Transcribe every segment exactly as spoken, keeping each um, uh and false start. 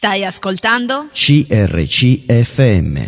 Stai ascoltando C R C F M.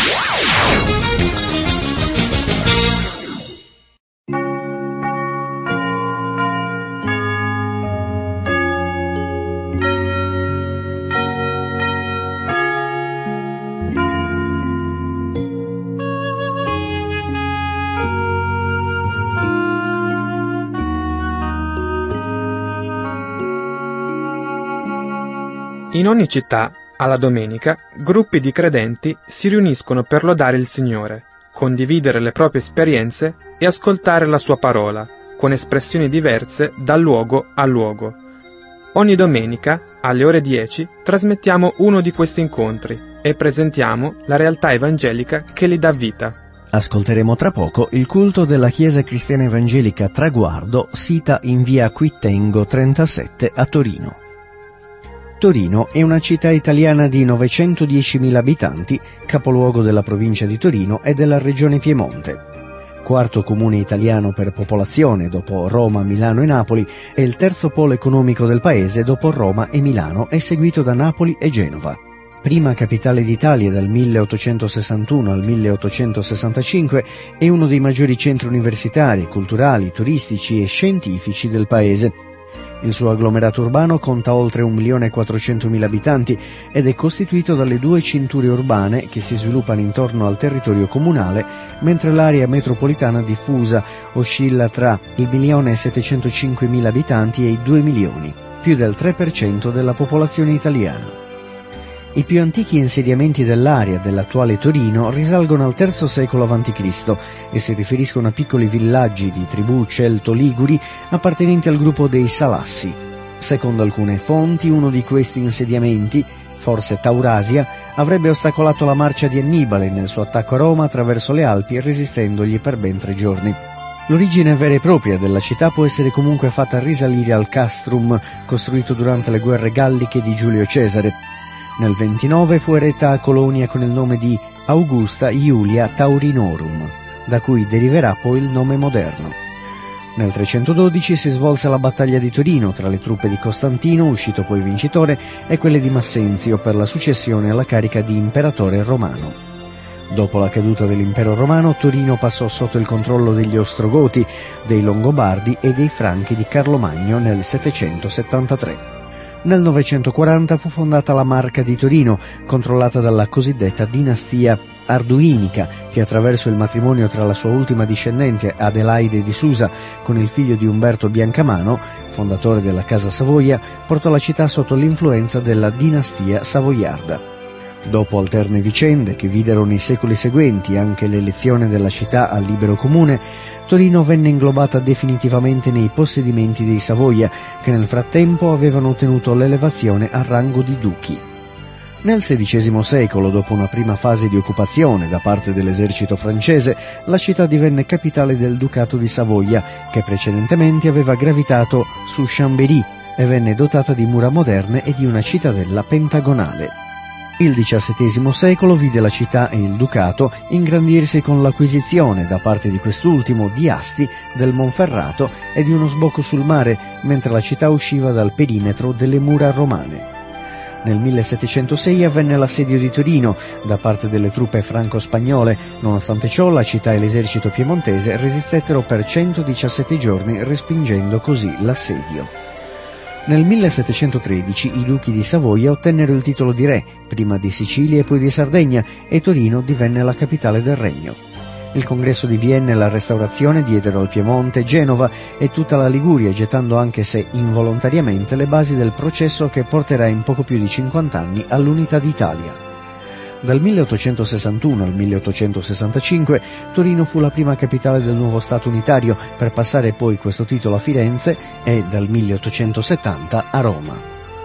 In ogni città, alla domenica, gruppi di credenti si riuniscono per lodare il Signore, condividere le proprie esperienze e ascoltare la Sua parola, con espressioni diverse da luogo a luogo. Ogni domenica, alle ore dieci, trasmettiamo uno di questi incontri e presentiamo la realtà evangelica che li dà vita. Ascolteremo tra poco il culto della Chiesa Cristiana Evangelica Traguardo, sita in via Quittengo trentasette a Torino. Torino è una città italiana di novecentodiecimila abitanti, capoluogo della provincia di Torino e della regione Piemonte. Quarto comune italiano per popolazione dopo Roma, Milano e Napoli, è il terzo polo economico del paese dopo Roma e Milano e seguito da Napoli e Genova. Prima capitale d'Italia dal milleottocentosessantuno al milleottocentosessantacinque, è uno dei maggiori centri universitari, culturali, turistici e scientifici del paese. Il suo agglomerato urbano conta oltre un milione e quattrocentomila abitanti ed è costituito dalle due cinture urbane che si sviluppano intorno al territorio comunale, mentre l'area metropolitana diffusa oscilla tra il milione e settecentocinquemila abitanti e i due milioni, più del tre per cento della popolazione italiana. I più antichi insediamenti dell'area dell'attuale Torino risalgono al terzo secolo avanti Cristo e si riferiscono a piccoli villaggi di tribù celto-liguri appartenenti al gruppo dei Salassi. Secondo alcune fonti, uno di questi insediamenti, forse Taurasia, avrebbe ostacolato la marcia di Annibale nel suo attacco a Roma attraverso le Alpi, resistendogli per ben tre giorni. L'origine vera e propria della città può essere comunque fatta risalire al castrum costruito durante le guerre galliche di Giulio Cesare. Nel ventinove fu eretta a Colonia con il nome di Augusta Iulia Taurinorum, da cui deriverà poi il nome moderno. Nel trecentododici si svolse la battaglia di Torino tra le truppe di Costantino, uscito poi vincitore, e quelle di Massenzio per la successione alla carica di imperatore romano. Dopo la caduta dell'impero romano, Torino passò sotto il controllo degli Ostrogoti, dei Longobardi e dei Franchi di Carlo Magno nel settecentosettantatré. Nel novecentoquaranta fu fondata la Marca di Torino, controllata dalla cosiddetta dinastia arduinica, che attraverso il matrimonio tra la sua ultima discendente Adelaide di Susa con il figlio di Umberto Biancamano, fondatore della Casa Savoia, portò la città sotto l'influenza della dinastia savoiarda. Dopo alterne vicende che videro nei secoli seguenti anche l'elezione della città al libero comune, Torino venne inglobata definitivamente nei possedimenti dei Savoia, che nel frattempo avevano ottenuto l'elevazione al rango di duchi. Nel sedicesimo secolo, dopo una prima fase di occupazione da parte dell'esercito francese, la città divenne capitale del Ducato di Savoia, che precedentemente aveva gravitato su Chambéry e venne dotata di mura moderne e di una cittadella pentagonale. Il diciassettesimo secolo vide la città e il ducato ingrandirsi con l'acquisizione da parte di quest'ultimo di Asti, del Monferrato e di uno sbocco sul mare, mentre la città usciva dal perimetro delle mura romane. Nel millesettecentosei avvenne l'assedio di Torino da parte delle truppe franco-spagnole. Nonostante ciò, la città e l'esercito piemontese resistettero per centodiciassette giorni, respingendo così l'assedio. Nel millesettecentotredici i duchi di Savoia ottennero il titolo di re, prima di Sicilia e poi di Sardegna, e Torino divenne la capitale del regno. Il congresso di Vienna e la restaurazione diedero al Piemonte, Genova e tutta la Liguria, gettando anche se involontariamente le basi del processo che porterà in poco più di cinquanta anni all'unità d'Italia. Dal milleottocentosessantuno al milleottocentosessantacinque Torino fu la prima capitale del nuovo Stato unitario, per passare poi questo titolo a Firenze e dal milleottocentosettanta a Roma.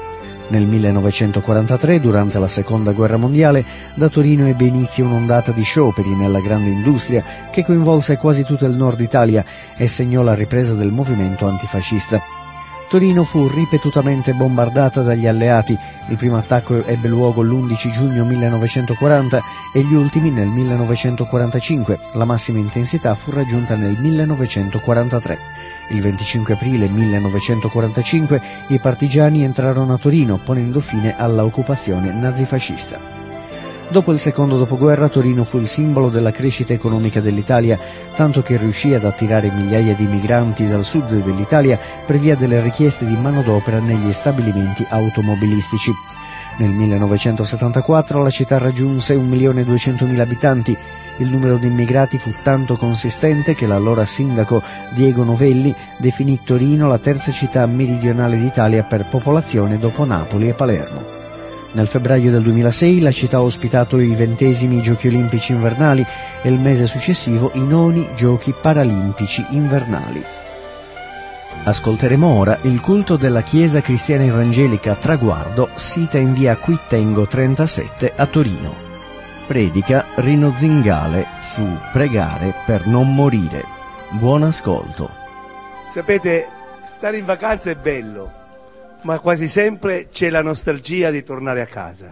Nel millenovecentoquarantatré, durante la Seconda Guerra Mondiale, da Torino ebbe inizio un'ondata di scioperi nella grande industria che coinvolse quasi tutto il nord Italia e segnò la ripresa del movimento antifascista. Torino fu ripetutamente bombardata dagli alleati. Il primo attacco ebbe luogo l'undici giugno millenovecentoquaranta e gli ultimi nel millenovecentoquarantacinque. La massima intensità fu raggiunta nel millenovecentoquarantatré. Il venticinque aprile millenovecentoquarantacinque i partigiani entrarono a Torino, ponendo fine alla occupazione nazifascista. Dopo il secondo dopoguerra Torino fu il simbolo della crescita economica dell'Italia, tanto che riuscì ad attirare migliaia di migranti dal sud dell'Italia per via delle richieste di manodopera negli stabilimenti automobilistici. Nel millenovecentosettantaquattro la città raggiunse un milione e duecentomila abitanti. Il numero di immigrati fu tanto consistente che l'allora sindaco Diego Novelli definì Torino la terza città meridionale d'Italia per popolazione dopo Napoli e Palermo. Nel febbraio del duemilasei la città ha ospitato i ventesimi Giochi Olimpici invernali e il mese successivo i noni Giochi Paralimpici invernali. Ascolteremo ora il culto della Chiesa Cristiana Evangelica Traguardo, sita in via Quittengo trentasette a Torino. Predica Rino Zingale su Pregare per non morire. Buon ascolto. Sapete, stare in vacanza è bello, ma quasi sempre c'è la nostalgia di tornare a casa.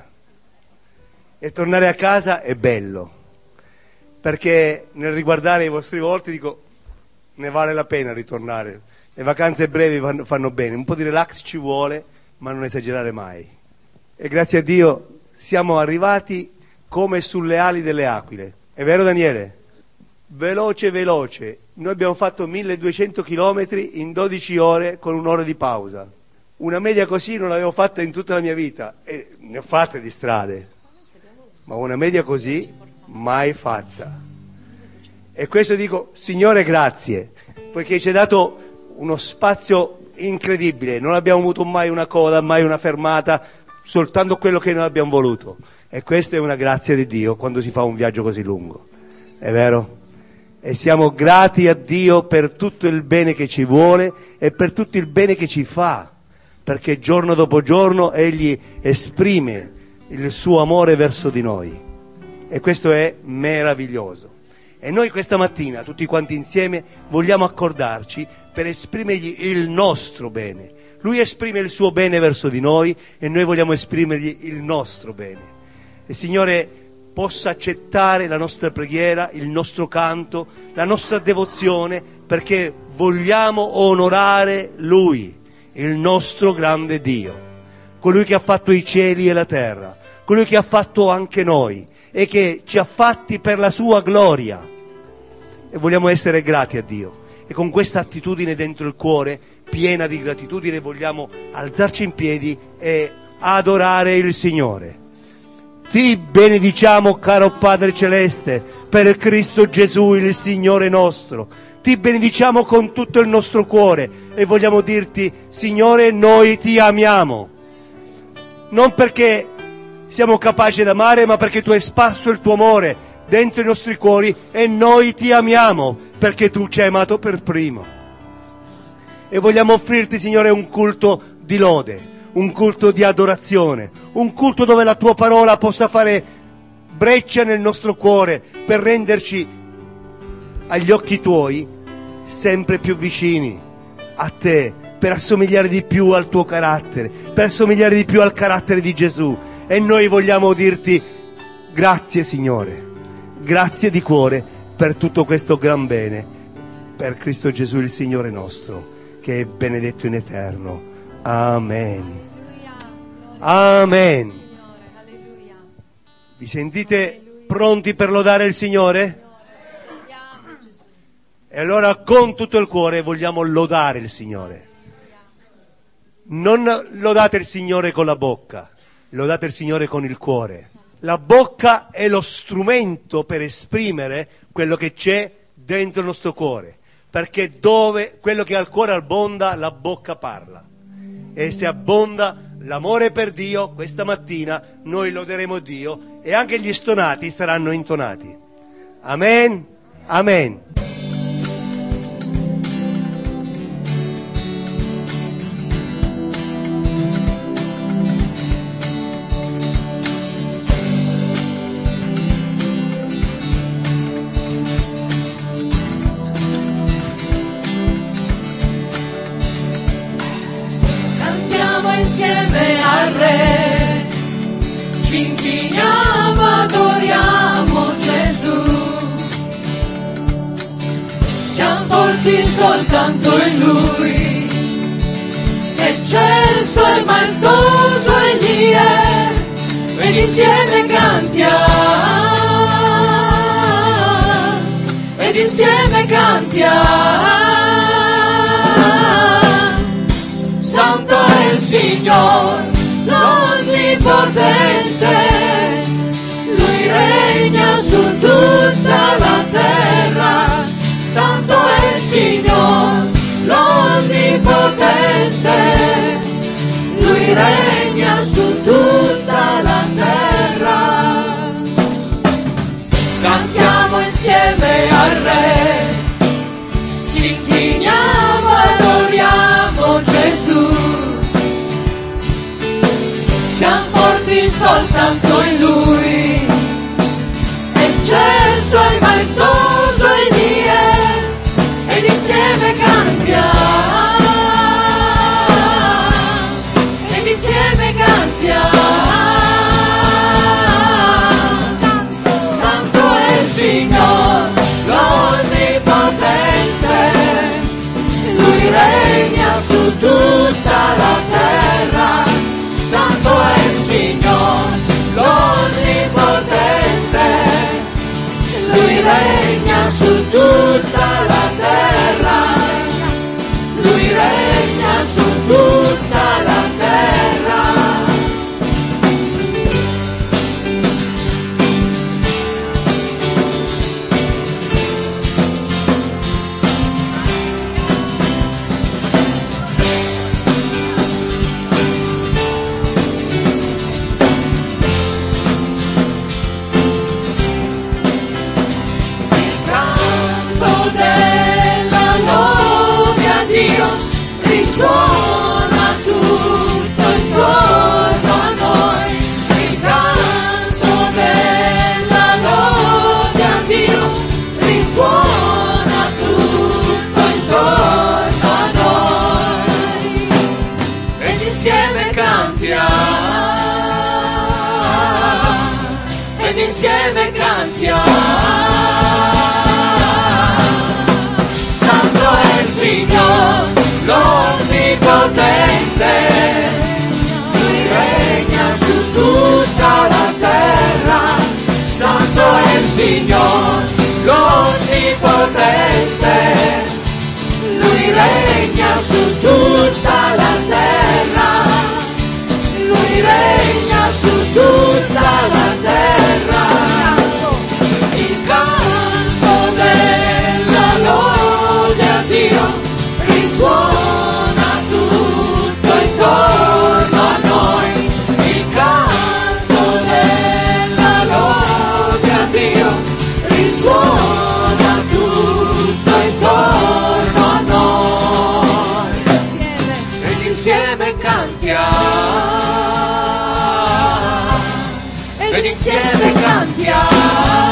E tornare a casa è bello, perché nel riguardare i vostri volti dico, ne vale la pena ritornare. Le vacanze brevi fanno, fanno bene, un po' di relax ci vuole, ma non esagerare mai. E grazie a Dio siamo arrivati come sulle ali delle aquile. È vero, Daniele? Veloce, veloce. Noi abbiamo fatto milleduecento chilometri in dodici ore con un'ora di pausa. Una media così non l'avevo fatta in tutta la mia vita, e ne ho fatte di strade, ma una media così mai fatta. E questo dico, Signore, grazie, poiché ci hai dato uno spazio incredibile, non abbiamo avuto mai una coda, mai una fermata, soltanto quello che noi abbiamo voluto. E questa è una grazia di Dio quando si fa un viaggio così lungo, è vero? E siamo grati a Dio per tutto il bene che ci vuole e per tutto il bene che ci fa, perché giorno dopo giorno Egli esprime il suo amore verso di noi. E questo è meraviglioso. E noi questa mattina, tutti quanti insieme, vogliamo accordarci per esprimergli il nostro bene. Lui esprime il suo bene verso di noi e noi vogliamo esprimergli il nostro bene. E Signore possa accettare la nostra preghiera, il nostro canto, la nostra devozione, perché vogliamo onorare Lui, il nostro grande Dio, colui che ha fatto i cieli e la terra, colui che ha fatto anche noi e che ci ha fatti per la sua gloria. E vogliamo essere grati a Dio. E con questa attitudine dentro il cuore, piena di gratitudine, vogliamo alzarci in piedi e adorare il Signore. Ti benediciamo, caro Padre Celeste, per Cristo Gesù, il Signore nostro. Ti benediciamo con tutto il nostro cuore e vogliamo dirti, Signore, noi ti amiamo. Non perché siamo capaci di amare, ma perché tu hai sparso il tuo amore dentro i nostri cuori e noi ti amiamo perché tu ci hai amato per primo. E vogliamo offrirti, Signore, un culto di lode, un culto di adorazione, un culto dove la tua parola possa fare breccia nel nostro cuore per renderci agli occhi tuoi sempre più vicini a te, per assomigliare di più al tuo carattere, per assomigliare di più al carattere di Gesù. E noi vogliamo dirti grazie, Signore, grazie di cuore per tutto questo gran bene, per Cristo Gesù il Signore nostro, che è benedetto in eterno. Amen. Amen. Vi sentite pronti per lodare il Signore? E allora con tutto il cuore vogliamo lodare il Signore. Non lodate il Signore con la bocca, lodate il Signore con il cuore. La bocca è lo strumento per esprimere quello che c'è dentro il nostro cuore, perché dove quello che al cuore abbonda, la bocca parla. E se abbonda l'amore per Dio, questa mattina noi loderemo Dio e anche gli stonati saranno intonati. Amen, amen. Insieme al Re ci inchiniamo, adoriamo Gesù. forti soltanto in Lui. Eccelso e maestoso Egli è, ed insieme cantiamo, ed insieme cantiamo. Santo è il Signore, l'Onnipotente, Lui regna su tutta la terra. Santo è il Signore, l'Onnipotente, Lui regna su tutta la terra. Cantiamo insieme al Re, ci inchiniamo e adoriamo Gesù. Siamo forti soltanto in Lui, eccelso e maestoso Egli è, ed insieme cantiamo, ed insieme cantiamo. Santo è il Signore, l'Onnipotente, Lui regna su tutta la terra. Santo è il Signore, l'Onnipotente, Lui regna su tutta la terra. Lui regna su tutta la terra. Risuona tutto intorno a noi, il canto della lode a Dio, risuona tutto intorno a noi, ed insieme cantiamo, ed insieme cantiamo. Santo è il Signore, l'Onnipotente, Lui regna su tutta la terra. Santo è il Signore, l'Onnipotente, Lui regna su tutta la terra. Lui regna su tutta la terra. Il canto della lode a Dio risuona tutto intorno a noi, il canto della lode a Dio risuona tutto intorno a noi, ed insieme cantiamo, ed insieme cantiamo.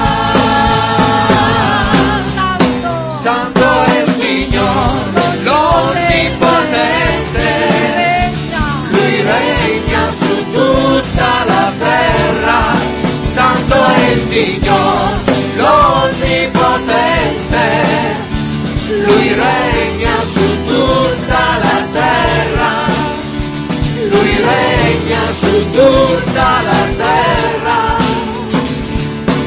Santo è il Signore, l'Onnipotente, Lui regna su tutta la terra. Santo è il Signore, l'Onnipotente, Lui regna su tutta la terra. Lui regna su tutta la terra.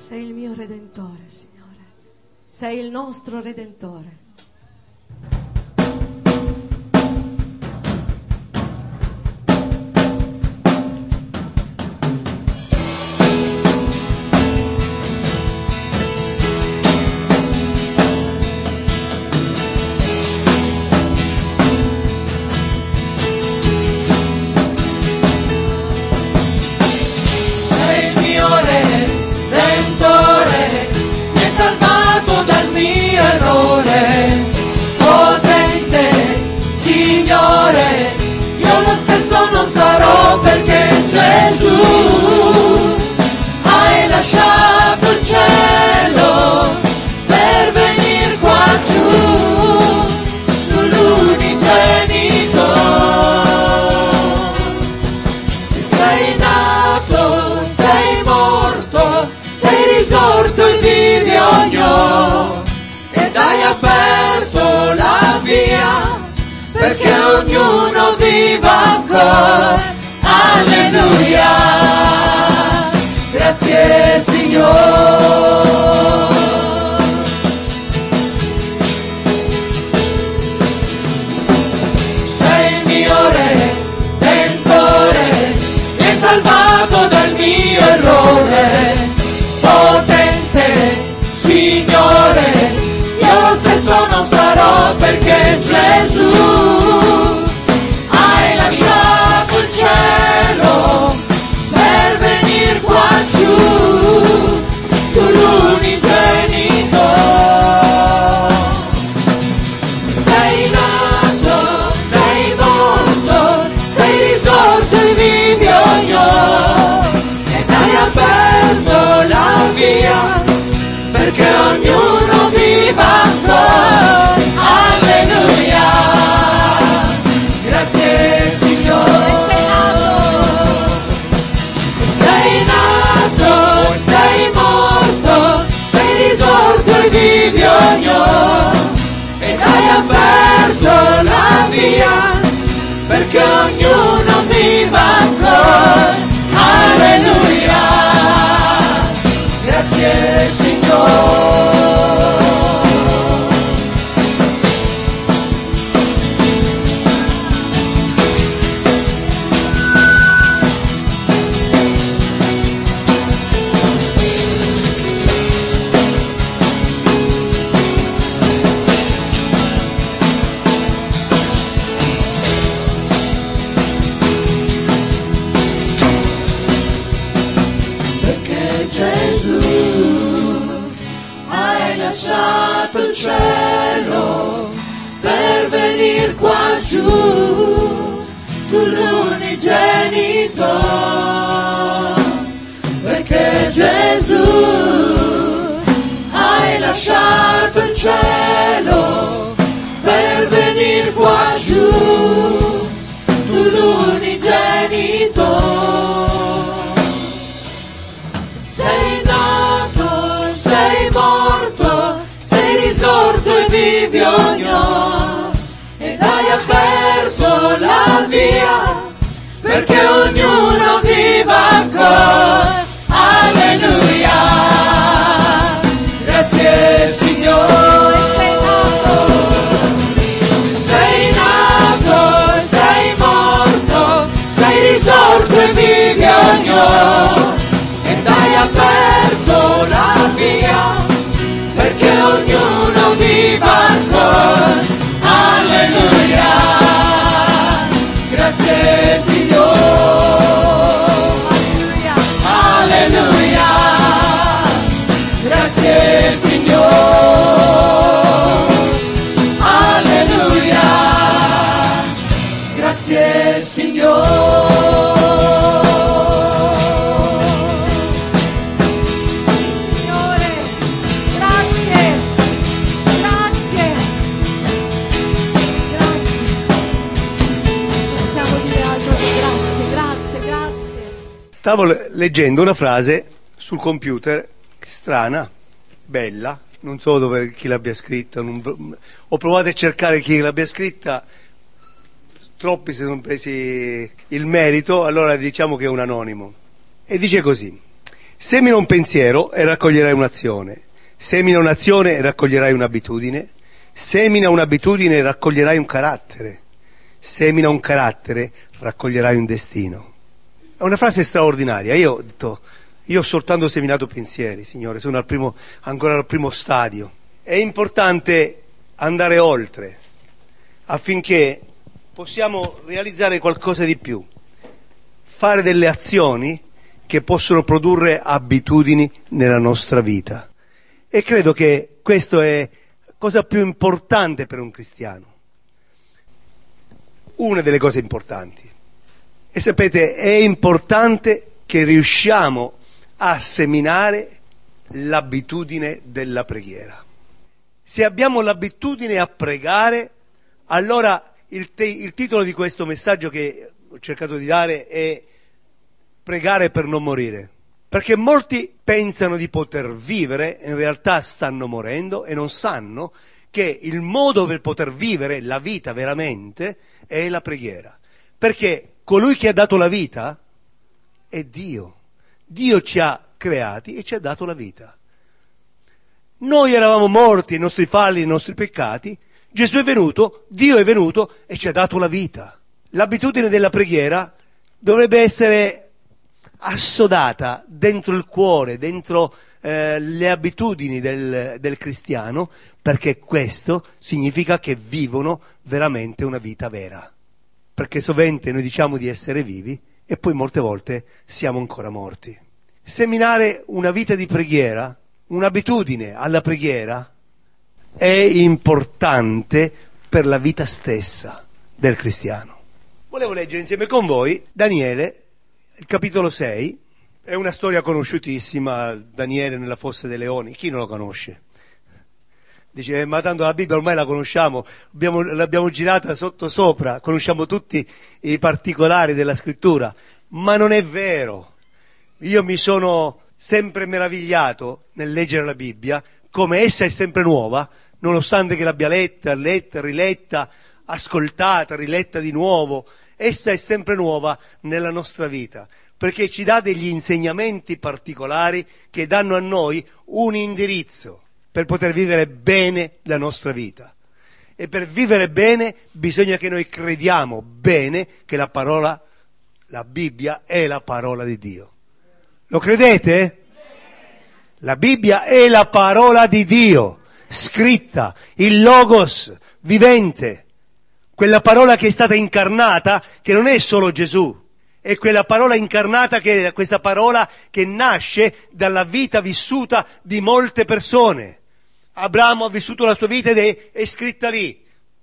Sei il mio Redentore, Signore. Sei il nostro Redentore. Non sarò perché Gesù hai lasciato il cielo per venir qua giù, tu l'unigenito. Sei nato, sei morto, sei risorto e vivi ognuno ed hai aperto la via perché ognuno viva ancora. Alleluia, grazie Signore. Sei il mio Redentore, mi hai salvato dal mio errore. Potente Signore, io lo stesso non sarò perché Gesù hai lasciato il cielo per venir qua giù, tu l'unigenito. Sei nato, sei morto, sei risorto e vivi ognuno ed hai aperto la via perché ognuno viva ancora. Alleluia, grazie Signore. Sei nato, sei morto, sei risorto e vivi ognuno ed hai aperto la via perché ognuno viva ancora. Alleluia, grazie Signore. Lasciato il cielo per venir qua giù, tu l'unigenito, perché Gesù hai lasciato il cielo per venir qua giù, tu l'unigenito. Sei nato, sei morto, risorto e vivi ognuno ed hai aperto la via perché ognuno viva ancora. Alleluia, grazie Signore. Sei nato, sei morto, sei risorto e vivi ognuno ed hai aperto la via perché ognuno viva ancora. Alleluia, grazie Signore. Alleluia, grazie Signore. Alleluia, grazie Signore. Stavo leggendo una frase sul computer, strana, bella, non so dove chi l'abbia scritta, non, ho provato a cercare chi l'abbia scritta, troppi si sono presi il merito, allora diciamo che è un anonimo. E dice così: Semina un pensiero e raccoglierai un'azione. Semina un'azione e raccoglierai un'abitudine. Semina un'abitudine e raccoglierai un carattere. Semina un carattere, raccoglierai un destino. È una frase straordinaria. Io ho detto, io ho soltanto seminato pensieri, Signore, sono al primo, ancora al primo stadio. È importante andare oltre affinché possiamo realizzare qualcosa di più, fare delle azioni che possono produrre abitudini nella nostra vita. E credo che questo è la cosa più importante per un cristiano. Una delle cose importanti. E sapete, è importante che riusciamo a seminare l'abitudine della preghiera. Se abbiamo l'abitudine a pregare, allora il, te- il titolo di questo messaggio che ho cercato di dare è pregare per non morire. Perché molti pensano di poter vivere, in realtà stanno morendo e non sanno che il modo per poter vivere la vita veramente è la preghiera. Perché colui che ha dato la vita è Dio. Dio ci ha creati e ci ha dato la vita. Noi eravamo morti, i nostri falli, i nostri peccati. Gesù è venuto, Dio è venuto e ci ha dato la vita. L'abitudine della preghiera dovrebbe essere assodata dentro il cuore, dentro eh, le abitudini del, del cristiano, perché questo significa che vivono veramente una vita vera. Perché sovente noi diciamo di essere vivi e poi molte volte siamo ancora morti. Seminare una vita di preghiera, un'abitudine alla preghiera, è importante per la vita stessa del cristiano. Volevo leggere insieme con voi Daniele, il capitolo sei, è una storia conosciutissima, Daniele nella fossa dei leoni, chi non lo conosce? Dice, eh, ma tanto la Bibbia ormai la conosciamo, abbiamo, l'abbiamo girata sotto sopra, conosciamo tutti i particolari della scrittura, ma non è vero. Io mi sono sempre meravigliato nel leggere la Bibbia, come essa è sempre nuova, nonostante che l'abbia letta, letta, riletta, ascoltata, riletta di nuovo, essa è sempre nuova nella nostra vita, perché ci dà degli insegnamenti particolari che danno a noi un indirizzo per poter vivere bene la nostra vita. E per vivere bene bisogna che noi crediamo bene che la parola, la Bibbia è la parola di Dio. Lo credete? La Bibbia è la parola di Dio, scritta, il Logos vivente. Quella parola che è stata incarnata, che non è solo Gesù, è quella parola incarnata che è questa parola che nasce dalla vita vissuta di molte persone. Abramo ha vissuto la sua vita ed è, è scritta lì.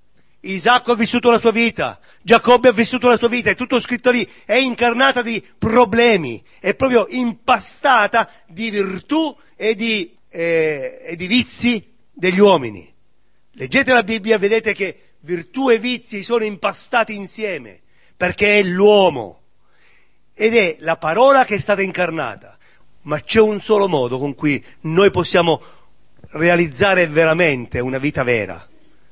Isacco ha vissuto la sua vita, Giacobbe ha vissuto la sua vita, è tutto scritto lì, è incarnata di problemi, è proprio impastata di virtù e di, eh, e di vizi degli uomini. Leggete la Bibbia e vedete che virtù e vizi sono impastati insieme, perché è l'uomo, ed è la parola che è stata incarnata. Ma c'è un solo modo con cui noi possiamo realizzare veramente una vita vera,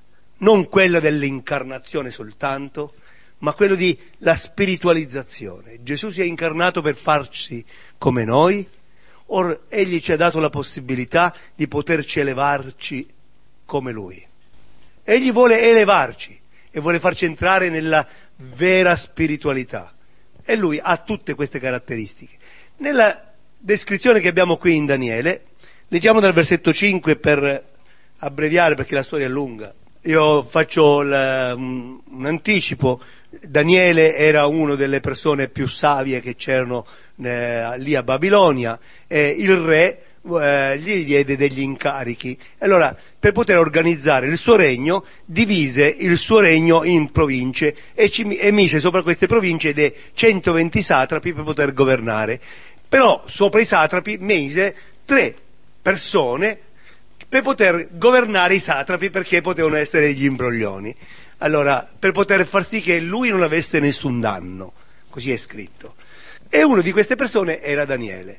non quella dell'incarnazione soltanto, ma quello di la spiritualizzazione. Gesù si è incarnato per farci come noi, or egli ci ha dato la possibilità di poterci elevarci come lui. Egli vuole elevarci e vuole farci entrare nella vera spiritualità. E lui ha tutte queste caratteristiche. Nella descrizione che abbiamo qui in Daniele, leggiamo dal versetto cinque per abbreviare perché la storia è lunga. Io faccio la, un, un anticipo. Daniele era una delle persone più savie che c'erano eh, lì a Babilonia, e il re eh, gli diede degli incarichi. Allora, per poter organizzare il suo regno, divise il suo regno in province e, ci, e mise sopra queste province dei centoventi satrapi per poter governare. Però sopra i satrapi mise tre persone per poter governare i satrapi, perché potevano essere degli imbroglioni. Allora, per poter far sì che lui non avesse nessun danno, così è scritto. E uno di queste persone era Daniele.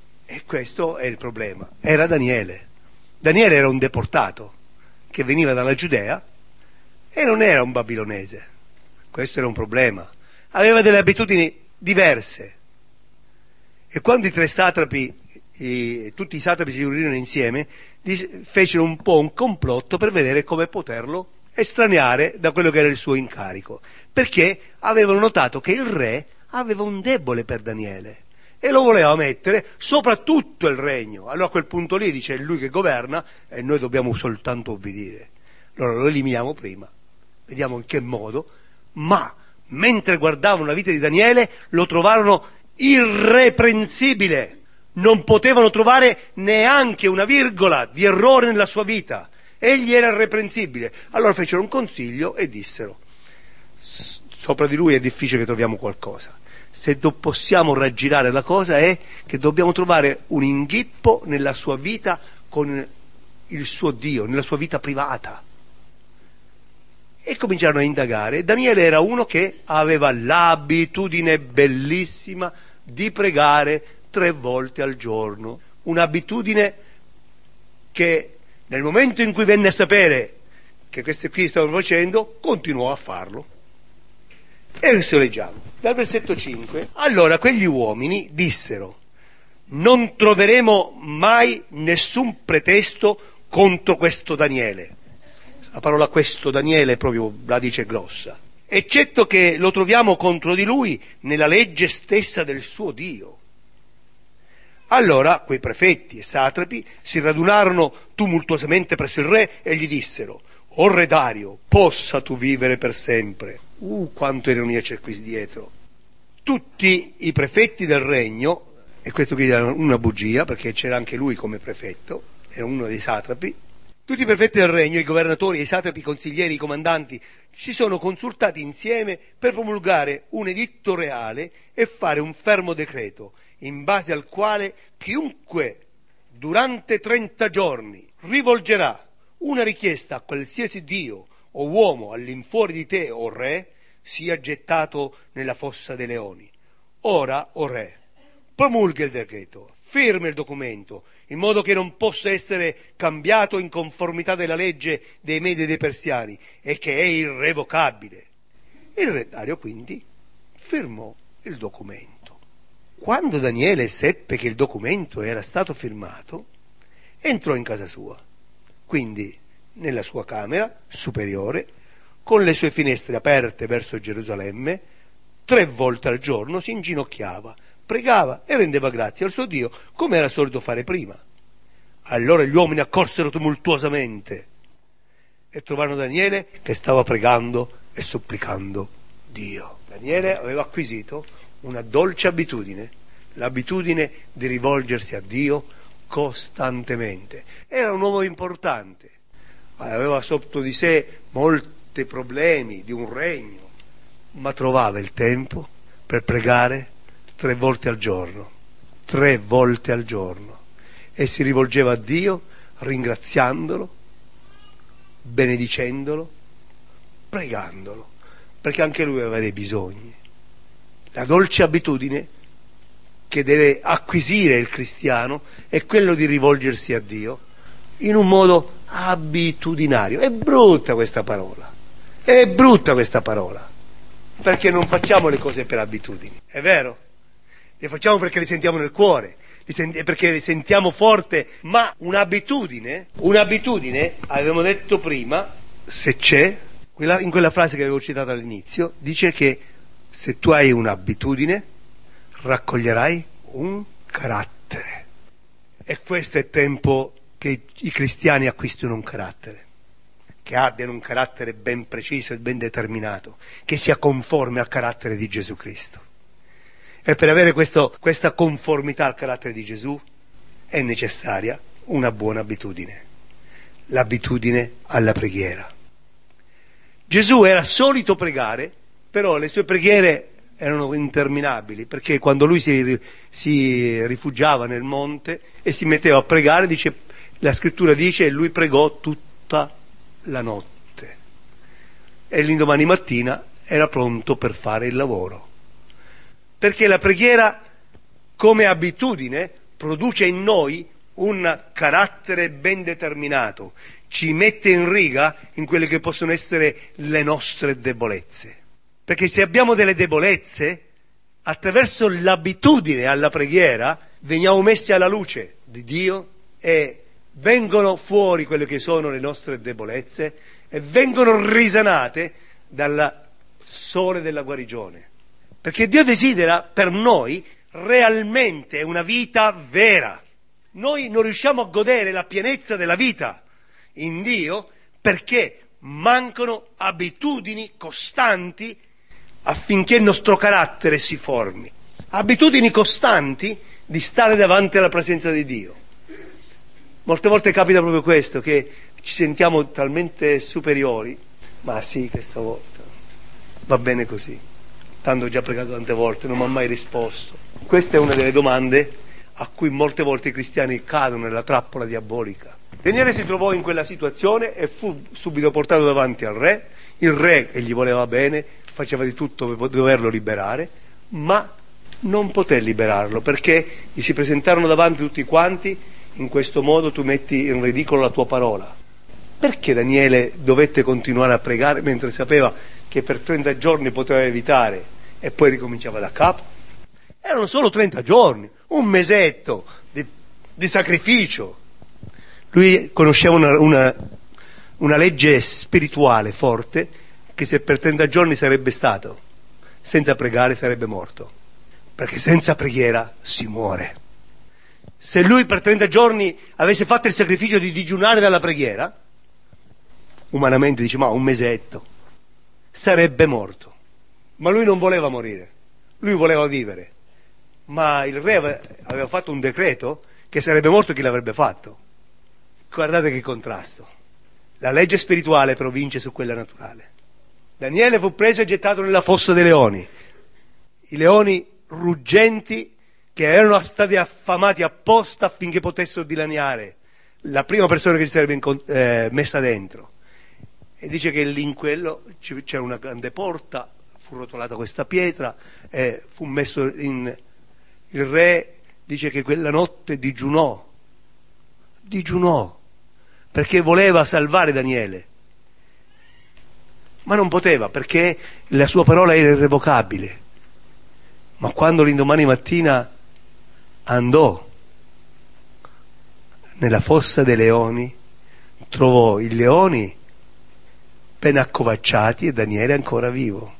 E questo è il problema, era Daniele. Daniele era un deportato che veniva dalla Giudea e non era un babilonese. Questo era un problema. Aveva delle abitudini diverse. E quando i tre satrapi, i, tutti i satrapi si riunirono insieme, fecero un po' un complotto per vedere come poterlo estraneare da quello che era il suo incarico, perché avevano notato che il re aveva un debole per Daniele e lo voleva mettere sopra tutto il regno. Allora a quel punto lì dice: è lui che governa e noi dobbiamo soltanto obbedire. Allora lo eliminiamo prima, vediamo in che modo. Ma mentre guardavano la vita di Daniele lo trovarono irreprensibile, non potevano trovare neanche una virgola di errore nella sua vita. Egli era irreprensibile. Allora fecero un consiglio e dissero: sopra di lui è difficile che troviamo qualcosa. Se do- possiamo raggirare la cosa è che dobbiamo trovare un inghippo nella sua vita con il suo Dio, nella sua vita privata. E cominciarono a indagare. Daniele era uno che aveva l'abitudine bellissima di pregare tre volte al giorno, un'abitudine che nel momento in cui venne a sapere che questi qui stavano facendo, continuò a farlo. E adesso leggiamo dal versetto cinque. Allora quegli uomini dissero: non troveremo mai nessun pretesto contro questo Daniele. La parola questo Daniele proprio la dice grossa, eccetto che lo troviamo contro di lui nella legge stessa del suo Dio. Allora quei prefetti e satrapi si radunarono tumultuosamente presso il re e gli dissero: o re Dario, possa tu vivere per sempre. Uh, quanto ironia c'è qui dietro. Tutti i prefetti del regno, e questo qui era una bugia perché c'era anche lui come prefetto, era uno dei satrapi, tutti i prefetti del regno, i governatori, i satrapi, i consiglieri, i comandanti, si sono consultati insieme per promulgare un editto reale e fare un fermo decreto, in base al quale chiunque durante trenta giorni rivolgerà una richiesta a qualsiasi dio o uomo all'infuori di te, o re, sia gettato nella fossa dei leoni. Ora, o re, promulga il decreto, firma il documento, in modo che non possa essere cambiato in conformità della legge dei Medi e dei Persiani, e che è irrevocabile. Il re Dario quindi firmò il documento. Quando Daniele seppe che il documento era stato firmato, entrò in casa sua, quindi nella sua camera superiore, con le sue finestre aperte verso Gerusalemme, tre volte al giorno si inginocchiava, pregava e rendeva grazie al suo Dio, come era solito fare prima. Allora gli uomini accorsero tumultuosamente e trovarono Daniele che stava pregando e supplicando Dio. Daniele aveva acquisito una dolce abitudine, l'abitudine di rivolgersi a Dio costantemente. Era un uomo importante, aveva sotto di sé molti problemi di un regno, ma trovava il tempo per pregare tre volte al giorno, tre volte al giorno, e si rivolgeva a Dio ringraziandolo, benedicendolo, pregandolo, perché anche lui aveva dei bisogni. La dolce abitudine che deve acquisire il cristiano è quello di rivolgersi a Dio in un modo abitudinario. È brutta questa parola, è brutta questa parola, perché non facciamo le cose per abitudini, è vero? Le facciamo perché le sentiamo nel cuore, perché le sentiamo forte, ma un'abitudine, un'abitudine, avevamo detto prima, se c'è, quella, in quella frase che avevo citato all'inizio, dice che se tu hai un'abitudine, raccoglierai un carattere. E questo è tempo che i cristiani acquistino un carattere, che abbiano un carattere ben preciso e ben determinato, che sia conforme al carattere di Gesù Cristo. E per avere questo, questa conformità al carattere di Gesù è necessaria una buona abitudine, l'abitudine alla preghiera. Gesù era solito pregare, però le sue preghiere erano interminabili, perché quando lui si, si rifugiava nel monte e si metteva a pregare, dice, la scrittura dice, e lui pregò tutta la notte e l'indomani mattina era pronto per fare il lavoro, perché la preghiera come abitudine produce in noi un carattere ben determinato, ci mette in riga in quelle che possono essere le nostre debolezze, perché se abbiamo delle debolezze attraverso l'abitudine alla preghiera, veniamo messi alla luce di Dio e vengono fuori quelle che sono le nostre debolezze e vengono risanate dal sole della guarigione. Perché Dio desidera per noi realmente una vita vera. Noi non riusciamo a godere la pienezza della vita in Dio perché mancano abitudini costanti affinché il nostro carattere si formi. Abitudini costanti di stare davanti alla presenza di Dio. Molte volte capita proprio questo, che ci sentiamo talmente superiori, ma sì, questa volta va bene così, tanto ho già pregato tante volte, non mi ha mai risposto. Questa è una delle domande a cui molte volte i cristiani cadono nella trappola diabolica. Daniele si trovò in quella situazione e fu subito portato davanti al re. Il re, che gli voleva bene, faceva di tutto per doverlo liberare, ma non poté liberarlo perché gli si presentarono davanti tutti quanti: in questo modo tu metti in ridicolo la tua parola. Perché Daniele dovette continuare a pregare mentre sapeva che per trenta giorni poteva evitare e poi ricominciava da capo? Erano solo trenta giorni, un mesetto di, di sacrificio. Lui conosceva una, una, una legge spirituale forte, che se per trenta giorni sarebbe stato senza pregare sarebbe morto, perché senza preghiera si muore. Se lui per trenta giorni avesse fatto il sacrificio di digiunare dalla preghiera, umanamente dice ma un mesetto, sarebbe morto. Ma lui non voleva morire, lui voleva vivere. Ma il re aveva fatto un decreto che sarebbe morto chi l'avrebbe fatto. Guardate che contrasto. La legge spirituale però vince su quella naturale. Daniele fu preso e gettato nella fossa dei leoni. I leoni ruggenti che erano stati affamati apposta affinché potessero dilaniare la prima persona che si sarebbe incont- eh, messa dentro. E dice che lì in quello c'era una grande porta, fu rotolata questa pietra, eh, fu messo in... Il re dice che quella notte digiunò, digiunò, perché voleva salvare Daniele. Ma non poteva, perché la sua parola era irrevocabile. Ma quando l'indomani mattina andò nella fossa dei leoni, trovò i leoni ben accovacciati e Daniele ancora vivo,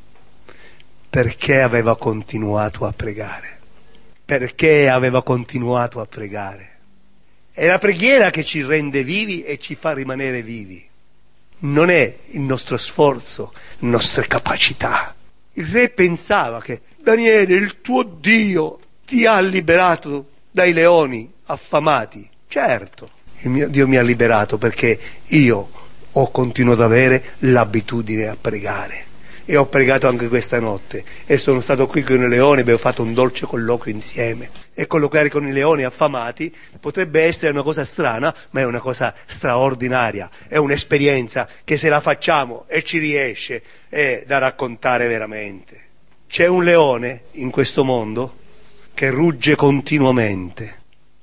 perché aveva continuato a pregare. Perché aveva continuato a pregare. È la preghiera che ci rende vivi e ci fa rimanere vivi. Non è il nostro sforzo, le nostre capacità. Il re pensava che Daniele, il tuo Dio, ti ha liberato dai leoni affamati. Certo, il mio Dio mi ha liberato perché io ho continuato ad avere l'abitudine a pregare. E ho pregato anche questa notte e sono stato qui con i leoni, abbiamo fatto un dolce colloquio insieme. E colloquiare con i leoni affamati potrebbe essere una cosa strana, ma è una cosa straordinaria, è un'esperienza che se la facciamo e ci riesce è da raccontare veramente. C'è un leone in questo mondo che rugge continuamente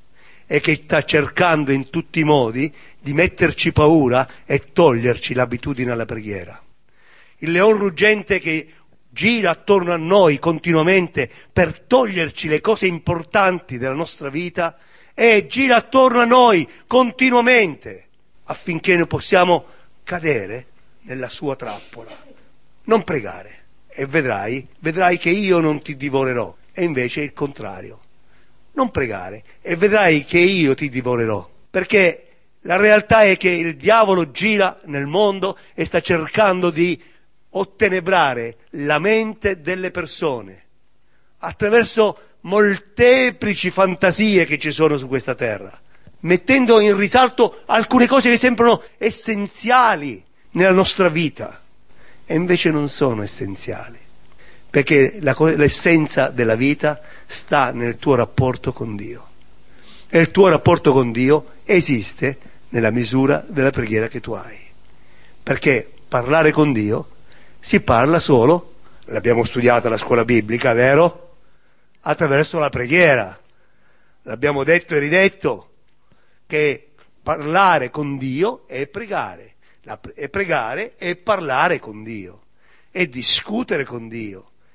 e che sta cercando in tutti i modi di metterci paura e toglierci l'abitudine alla preghiera. Il leone ruggente che gira attorno a noi continuamente per toglierci le cose importanti della nostra vita e gira attorno a noi continuamente affinché noi possiamo cadere nella sua trappola. Non pregare e vedrai, vedrai che io non ti divorerò. E invece è il contrario. Non pregare e vedrai che io ti divorerò. Perché la realtà è che il diavolo gira nel mondo e sta cercando di ottenebrare la mente delle persone attraverso molteplici fantasie che ci sono su questa terra, mettendo in risalto alcune cose che sembrano essenziali nella nostra vita e invece non sono essenziali, perché la, l'essenza della vita sta nel tuo rapporto con Dio e il tuo rapporto con Dio esiste nella misura della preghiera che tu hai, perché parlare con Dio si parla solo, l'abbiamo studiato alla scuola biblica, vero? Attraverso la preghiera. L'abbiamo detto e ridetto che parlare con Dio è pregare, e pregare è parlare con Dio, è discutere con Dio,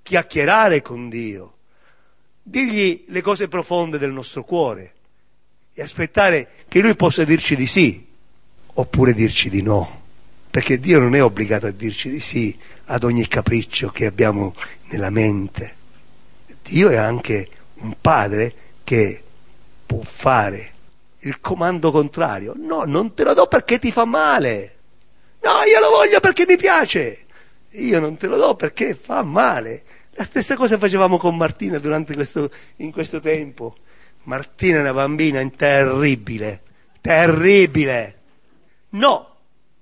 chiacchierare con Dio, dirgli le cose profonde del nostro cuore e aspettare che Lui possa dirci di sì oppure dirci di no, perché Dio non è obbligato a dirci di sì ad ogni capriccio che abbiamo nella mente. Dio è anche un padre che può fare il comando contrario: no, non te lo do perché ti fa male, no, io lo voglio perché mi piace, io non te lo do perché fa male. La stessa cosa facevamo con Martina durante questo, in questo tempo. Martina è una bambina terribile, terribile. No.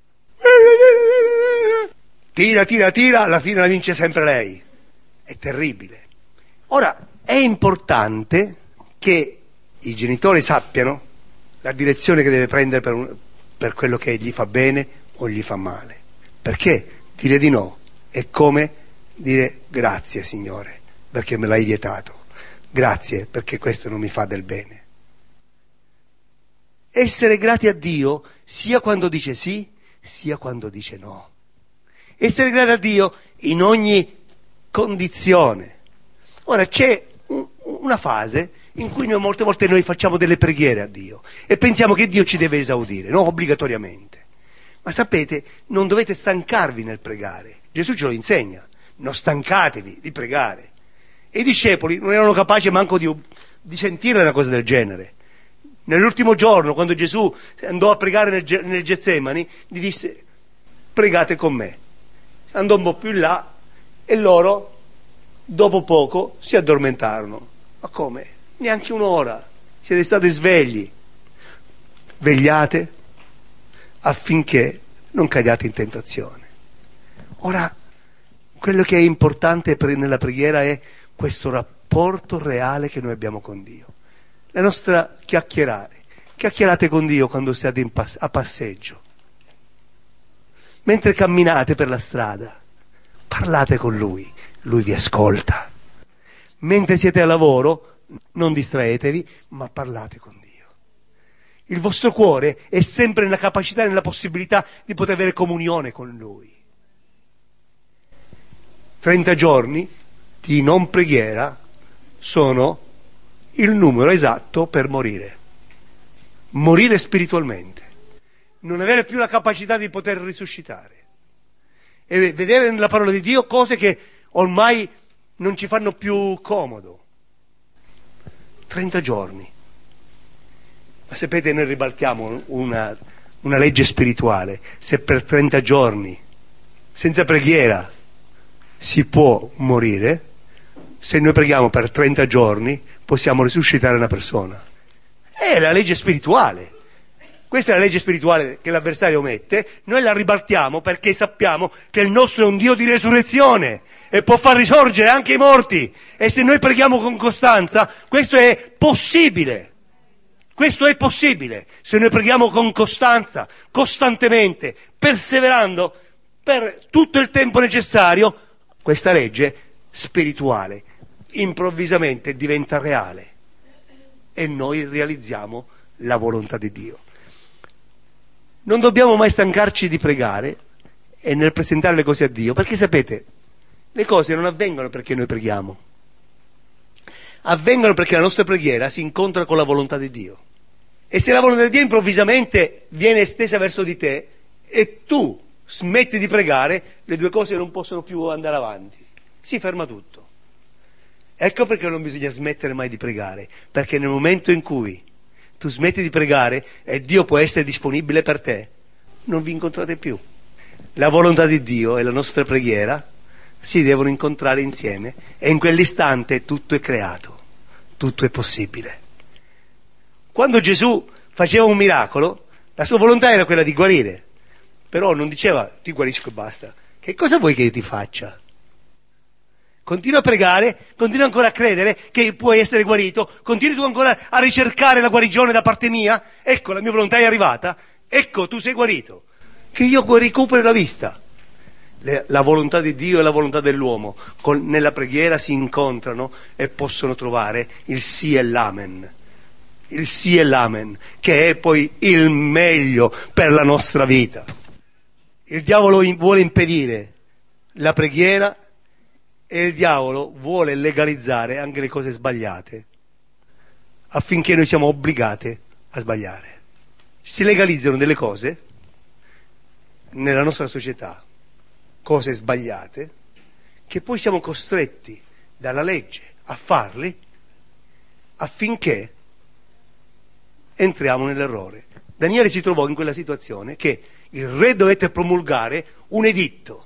Tira, tira, tira, alla fine la vince sempre lei. È terribile. Ora, è importante che i genitori sappiano la direzione che deve prendere per, un, per quello che gli fa bene o gli fa male. Perché dire di no è come dire grazie Signore perché me l'hai vietato, grazie perché questo non mi fa del bene. Essere grati a Dio sia quando dice sì sia quando dice no. Essere grati a Dio in ogni condizione. Ora c'è un, una fase in cui noi molte volte noi facciamo delle preghiere a Dio e pensiamo che Dio ci deve esaudire, no, obbligatoriamente. Ma sapete, non dovete stancarvi nel pregare. Gesù ce lo insegna: non stancatevi di pregare. E i discepoli non erano capaci manco di, di sentire una cosa del genere. Nell'ultimo giorno, quando Gesù andò a pregare nel, nel Getsemani, gli disse: pregate con me. Andò un po' più in là e loro, dopo poco, si addormentarono. Ma come? Neanche un'ora. Siete stati svegli. Vegliate affinché non cadiate in tentazione. Ora, quello che è importante nella preghiera è questo rapporto reale che noi abbiamo con Dio. La nostra chiacchierare. Chiacchierate con Dio quando siete in pass- a passeggio. Mentre camminate per la strada, parlate con Lui, Lui vi ascolta. Mentre siete a lavoro, non distraetevi, ma parlate con Dio. Il vostro cuore è sempre nella capacità e nella possibilità di poter avere comunione con Lui. trenta giorni di non preghiera sono il numero esatto per morire. Morire spiritualmente. Non avere più la capacità di poter risuscitare. E vedere nella parola di Dio cose che ormai non ci fanno più comodo. trenta giorni. Ma sapete, noi ribaltiamo una, una legge spirituale. Se per trenta giorni, senza preghiera, si può morire, se noi preghiamo per trenta giorni possiamo risuscitare una persona. È la legge spirituale. Questa è la legge spirituale che l'avversario mette. Noi la ribaltiamo perché sappiamo che il nostro è un Dio di resurrezione e può far risorgere anche i morti. E se noi preghiamo con costanza, questo è possibile. Questo è possibile. Se noi preghiamo con costanza, costantemente, perseverando per tutto il tempo necessario, questa legge spirituale improvvisamente diventa reale e noi realizziamo la volontà di Dio. Non dobbiamo mai stancarci di pregare e nel presentare le cose a Dio, perché sapete, le cose non avvengono perché noi preghiamo, avvengono perché la nostra preghiera si incontra con la volontà di Dio. E se la volontà di Dio improvvisamente viene estesa verso di te e tu smetti di pregare, le due cose non possono più andare avanti, si ferma tutto. Ecco perché non bisogna smettere mai di pregare, perché nel momento in cui tu smetti di pregare e Dio può essere disponibile per te, non vi incontrate più. La volontà di Dio e la nostra preghiera si devono incontrare insieme e in quell'istante tutto è creato, tutto è possibile. Quando Gesù faceva un miracolo, la sua volontà era quella di guarire, però non diceva ti guarisco e basta. Che cosa vuoi che io ti faccia? Continua a pregare, continua ancora a credere che puoi essere guarito, continui tu ancora a ricercare la guarigione da parte mia, ecco la mia volontà è arrivata, ecco tu sei guarito, che io recuperi la vista. Le, la volontà di Dio e la volontà dell'uomo con, nella preghiera si incontrano e possono trovare il sì e l'amen, il sì e l'amen, che è poi il meglio per la nostra vita. Il diavolo vuole impedire la preghiera E il diavolo vuole legalizzare anche le cose sbagliate, affinché noi siamo obbligati a sbagliare. Si legalizzano delle cose nella nostra società, cose sbagliate, che poi siamo costretti dalla legge a farli affinché entriamo nell'errore. Daniele si trovò in quella situazione che il re dovette promulgare un editto.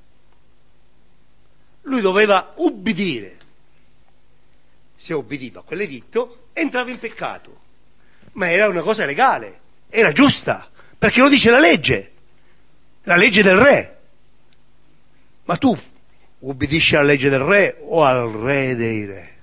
Lui doveva ubbidire. Se ubbidiva a quell'editto entrava in peccato, ma era una cosa legale, era giusta, perché lo dice la legge, la legge del re. Ma tu ubbidisci alla legge del re o al re dei re?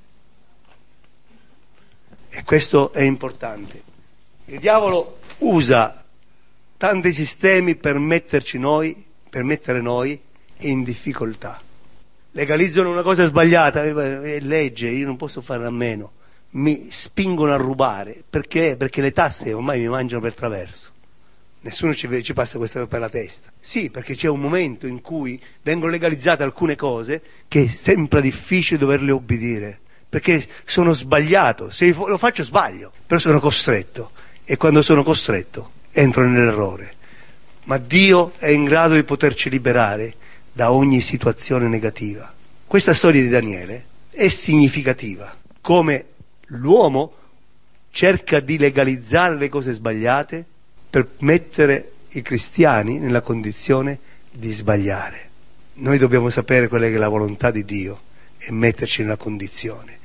E questo è importante. Il diavolo usa tanti sistemi per metterci noi, per mettere noi in difficoltà. Legalizzano una cosa sbagliata, è legge, io non posso fare a meno. Mi spingono a rubare, perché? Perché le tasse ormai mi mangiano per traverso. Nessuno ci, ci passa questo per la testa. Sì, perché c'è un momento in cui vengono legalizzate alcune cose che sembra difficile doverle obbedire, perché sono sbagliato, se lo faccio sbaglio, però sono costretto, e quando sono costretto entro nell'errore. Ma Dio è in grado di poterci liberare da ogni situazione negativa. Questa storia di Daniele è significativa, come l'uomo cerca di legalizzare le cose sbagliate per mettere i cristiani nella condizione di sbagliare. Noi dobbiamo sapere qual è la volontà di Dio e metterci nella condizione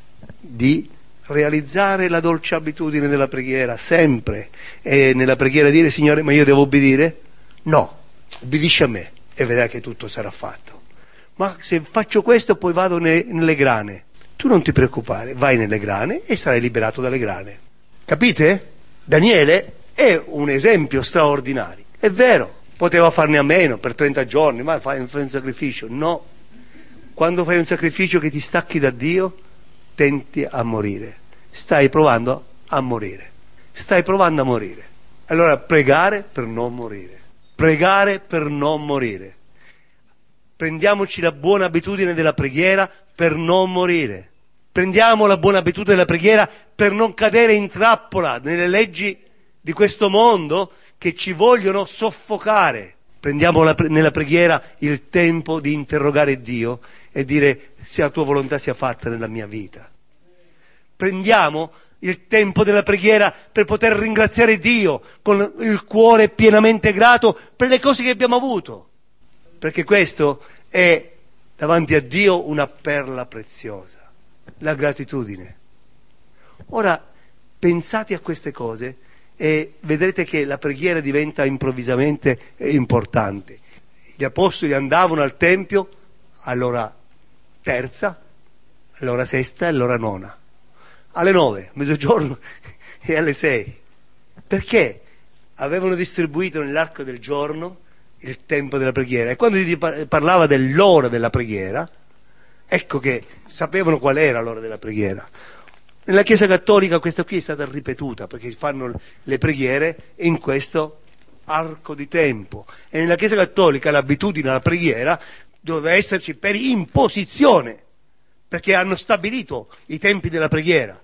di realizzare la dolce abitudine della preghiera sempre, e nella preghiera dire: Signore, ma io devo obbedire? No, obbedisci a me e vedrai che tutto sarà fatto. Ma se faccio questo poi vado ne, nelle grane. Tu non ti preoccupare, vai nelle grane e sarai liberato dalle grane. Capite? Daniele è un esempio straordinario. È vero, poteva farne a meno per trenta giorni, ma fai, fai un sacrificio. No, quando fai un sacrificio che ti stacchi da Dio, tenti a morire. Stai provando a morire. Stai provando a morire. Allora pregare per non morire. Pregare per non morire. Prendiamoci la buona abitudine della preghiera per non morire. Prendiamo la buona abitudine della preghiera per non cadere in trappola nelle leggi di questo mondo che ci vogliono soffocare. Prendiamo la, nella preghiera il tempo di interrogare Dio e dire: se la tua volontà sia fatta nella mia vita. Prendiamo il tempo della preghiera per poter ringraziare Dio con il cuore pienamente grato per le cose che abbiamo avuto, perché questo è davanti a Dio una perla preziosa, la gratitudine. Ora pensate a queste cose e vedrete che la preghiera diventa improvvisamente importante. Gli apostoli andavano al tempio all'ora terza, all'ora sesta e all'ora nona, alle nove, a mezzogiorno e alle sei, perché avevano distribuito nell'arco del giorno il tempo della preghiera, e quando gli parlava dell'ora della preghiera, ecco che sapevano qual era l'ora della preghiera. Nella Chiesa Cattolica questa qui è stata ripetuta, perché fanno le preghiere in questo arco di tempo, e nella Chiesa Cattolica l'abitudine alla preghiera doveva esserci per imposizione, perché hanno stabilito i tempi della preghiera.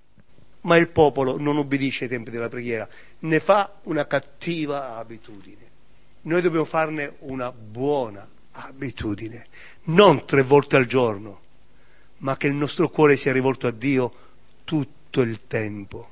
Ma il popolo non obbedisce ai tempi della preghiera, ne fa una cattiva abitudine. Noi dobbiamo farne una buona abitudine, non tre volte al giorno, ma che il nostro cuore sia rivolto a Dio tutto il tempo.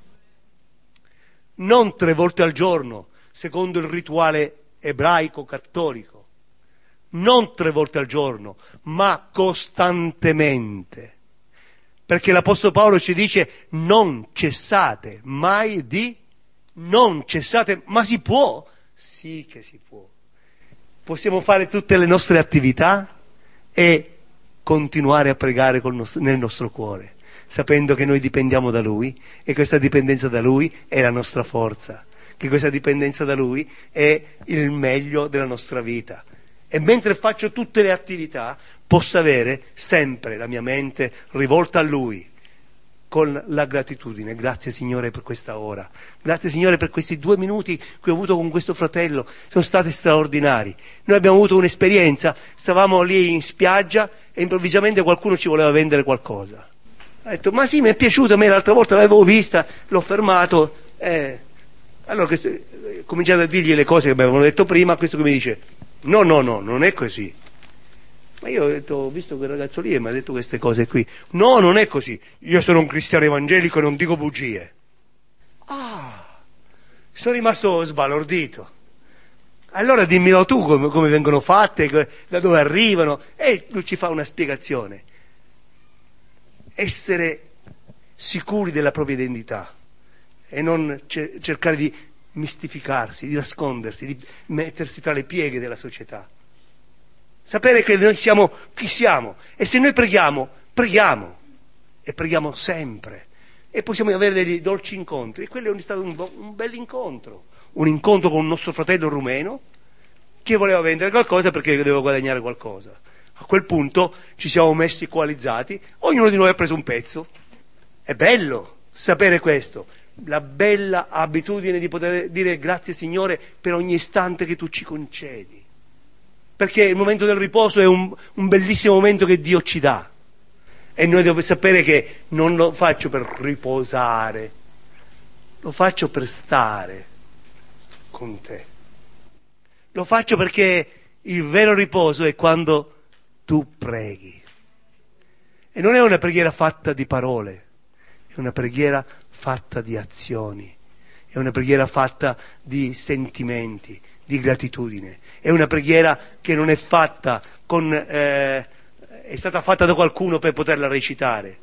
Non tre volte al giorno, secondo il rituale ebraico cattolico, non tre volte al giorno, ma costantemente. Perché l'Apostolo Paolo ci dice: non cessate mai di, non cessate, ma si può, sì che si può. Possiamo fare tutte le nostre attività e continuare a pregare col nostro, nel nostro cuore, sapendo che noi dipendiamo da Lui, e questa dipendenza da Lui è la nostra forza, che questa dipendenza da Lui è il meglio della nostra vita. E mentre faccio tutte le attività posso avere sempre la mia mente rivolta a Lui, con la gratitudine. Grazie Signore per questa ora, grazie Signore per questi due minuti che ho avuto con questo fratello, sono stati straordinari. Noi abbiamo avuto un'esperienza, stavamo lì in spiaggia e improvvisamente qualcuno ci voleva vendere qualcosa. Ha detto, ma sì, mi è piaciuto, a me l'altra volta l'avevo vista, l'ho fermato, eh. allora questo, eh, cominciate a dirgli le cose che mi avevano detto prima, questo che mi dice, no, no, no, non è così. Ma io ho detto, ho visto quel ragazzo lì e mi ha detto queste cose qui. No, non è così. Io sono un cristiano evangelico e non dico bugie. Ah, sono rimasto sbalordito. Allora dimmelo tu come, come vengono fatte, da dove arrivano. E lui ci fa una spiegazione. Essere sicuri della propria identità e non cer- cercare di mistificarsi, di nascondersi, di mettersi tra le pieghe della società. Sapere che noi siamo chi siamo e se noi preghiamo, preghiamo e preghiamo sempre e possiamo avere dei dolci incontri. E quello è stato un, un bel incontro, un incontro con un nostro fratello rumeno che voleva vendere qualcosa perché doveva guadagnare qualcosa. A quel punto ci siamo messi coalizzati, ognuno di noi ha preso un pezzo. È bello sapere questo, la bella abitudine di poter dire grazie Signore per ogni istante che tu ci concedi. Perché il momento del riposo è un, un bellissimo momento che Dio ci dà e noi dobbiamo sapere che non lo faccio per riposare, lo faccio per stare con te, lo faccio perché il vero riposo è quando tu preghi e non è una preghiera fatta di parole, è una preghiera fatta di azioni, è una preghiera fatta di sentimenti, di gratitudine. È una preghiera che non è fatta con eh, è stata fatta da qualcuno per poterla recitare.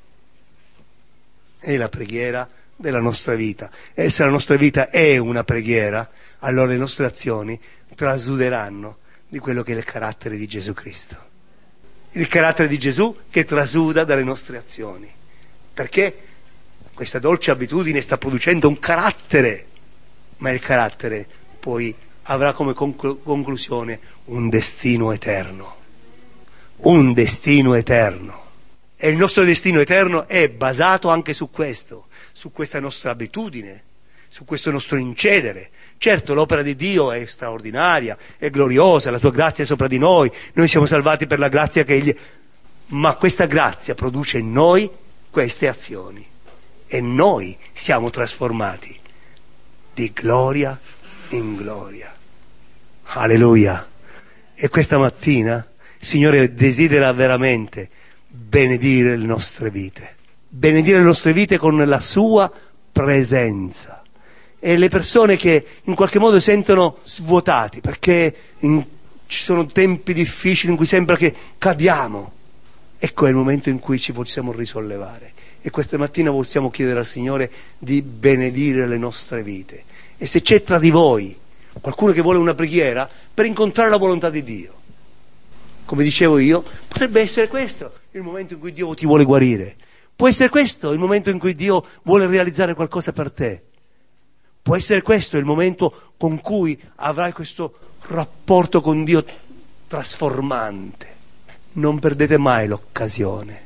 È la preghiera della nostra vita. E se la nostra vita è una preghiera, allora le nostre azioni trasuderanno di quello che è il carattere di Gesù Cristo. Il carattere di Gesù che trasuda dalle nostre azioni. Perché questa dolce abitudine sta producendo un carattere, ma il carattere poi avrà come conclu- conclusione un destino eterno, un destino eterno. E il nostro destino eterno è basato anche su questo, su questa nostra abitudine, su questo nostro incedere. Certo, l'opera di Dio è straordinaria, è gloriosa, la sua grazia è sopra di noi, noi siamo salvati per la grazia che Egli... Ma questa grazia produce in noi queste azioni e noi siamo trasformati di gloria in gloria. Alleluia. E questa mattina il Signore desidera veramente benedire le nostre vite, benedire le nostre vite con la sua presenza. E le persone che in qualche modo sentono svuotati perché in, ci sono tempi difficili in cui sembra che cadiamo, ecco è il momento in cui ci possiamo risollevare e questa mattina possiamo chiedere al Signore di benedire le nostre vite. E se c'è tra di voi qualcuno che vuole una preghiera per incontrare la volontà di Dio, come dicevo io, potrebbe essere questo il momento in cui Dio ti vuole guarire, può essere questo il momento in cui Dio vuole realizzare qualcosa per te, può essere questo il momento con cui avrai questo rapporto con Dio trasformante. Non perdete mai l'occasione,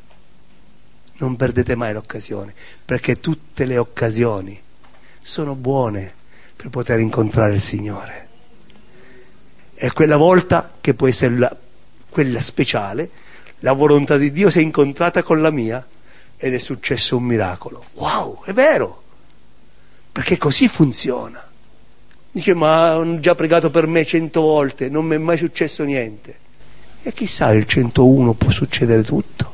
non perdete mai l'occasione, perché tutte le occasioni sono buone per poter incontrare il Signore. È quella volta che può essere la, quella speciale, la volontà di Dio si è incontrata con la mia ed è successo un miracolo. Wow, è vero, perché così funziona. Dice, ma ho già pregato per me cento volte, non mi è mai successo niente. E chissà, il centouno può succedere tutto.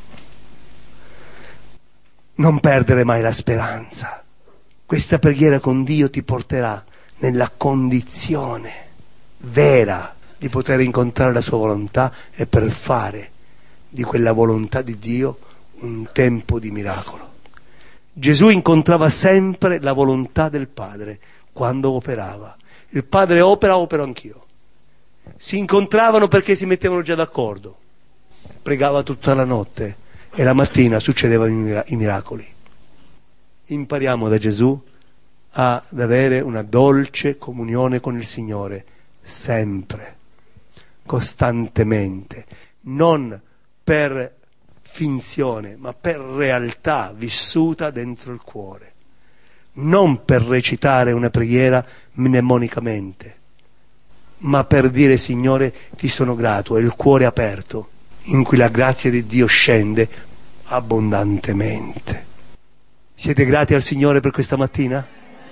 Non perdere mai la speranza. Questa preghiera con Dio ti porterà nella condizione vera di poter incontrare la sua volontà e per fare di quella volontà di Dio un tempo di miracolo. Gesù incontrava sempre la volontà del Padre quando operava. Il Padre opera, opero anch'io. Si incontravano perché si mettevano già d'accordo. Pregava tutta la notte e la mattina succedevano i miracoli. Impariamo da Gesù ad avere una dolce comunione con il Signore sempre, costantemente, non per finzione, ma per realtà vissuta dentro il cuore. Non per recitare una preghiera mnemonicamente, ma per dire: Signore, ti sono grato, è il cuore aperto in cui la grazia di Dio scende abbondantemente. Siete grati al Signore per questa mattina?